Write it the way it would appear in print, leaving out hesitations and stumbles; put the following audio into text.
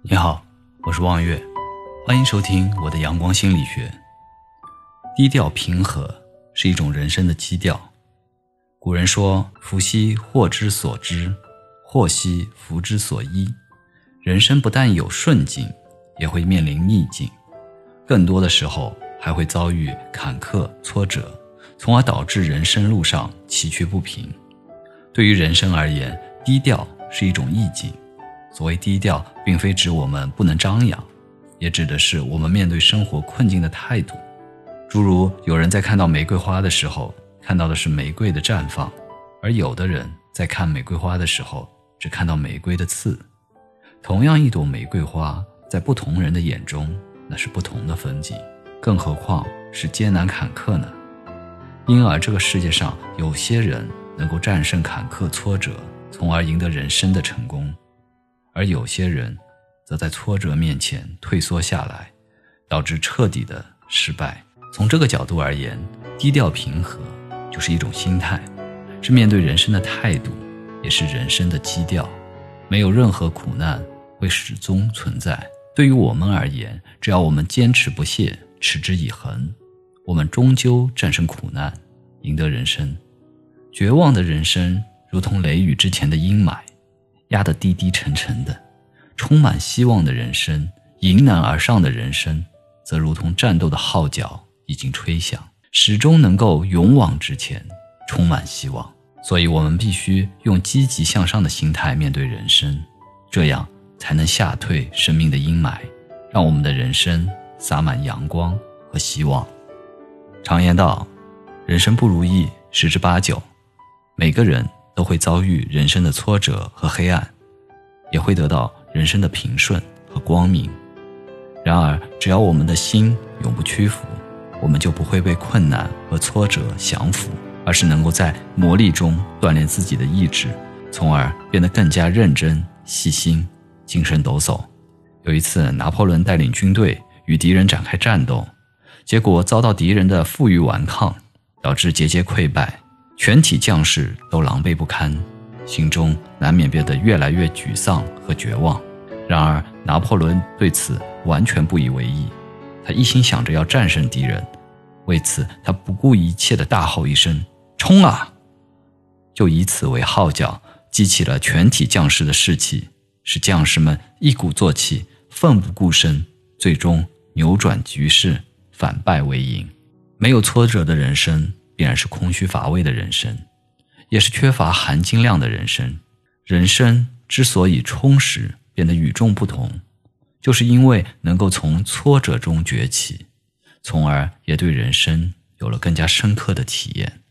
你好，我是望月，欢迎收听我的阳光心理学。低调平和是一种人生的基调。古人说，福兮祸之所知，祸兮福之所依。人生不但有顺境，也会面临逆境，更多的时候还会遭遇坎坷挫折，从而导致人生路上崎岖不平。对于人生而言，低调是一种意境。所谓低调，并非指我们不能张扬，也指的是我们面对生活困境的态度。诸如有人在看到玫瑰花的时候，看到的是玫瑰的绽放，而有的人在看玫瑰花的时候，只看到玫瑰的刺。同样一朵玫瑰花，在不同人的眼中，那是不同的风景，更何况是艰难坎坷呢？因而这个世界上有些人能够战胜坎坷挫折，从而赢得人生的成功，而有些人则在挫折面前退缩下来，导致彻底的失败。从这个角度而言，低调平和就是一种心态，是面对人生的态度，也是人生的基调。没有任何苦难会始终存在。对于我们而言，只要我们坚持不懈，持之以恒，我们终究战胜苦难，赢得人生。绝望的人生如同雷雨之前的阴霾，压得低低沉沉的。充满希望的人生，迎难而上的人生，则如同战斗的号角已经吹响，始终能够勇往直前，充满希望。所以我们必须用积极向上的心态面对人生，这样才能吓退生命的阴霾，让我们的人生洒满阳光和希望。常言道，人生不如意十之八九，每个人都会遭遇人生的挫折和黑暗，也会得到人生的平顺和光明。然而，只要我们的心永不屈服，我们就不会被困难和挫折降服，而是能够在磨砺中锻炼自己的意志，从而变得更加认真、细心、精神抖擞。有一次，拿破仑带领军队与敌人展开战斗，结果遭到敌人的负隅顽抗，导致节节溃败，全体将士都狼狈不堪，心中难免变得越来越沮丧和绝望。然而拿破仑对此完全不以为意，他一心想着要战胜敌人，为此他不顾一切地大吼一声，冲啊！就以此为号角，激起了全体将士的士气，使将士们一鼓作气，奋不顾身，最终扭转局势，反败为赢。没有挫折的人生必然是空虚乏味的人生，也是缺乏含金量的人生。人生之所以充实，变得与众不同，就是因为能够从挫折中崛起，从而也对人生有了更加深刻的体验。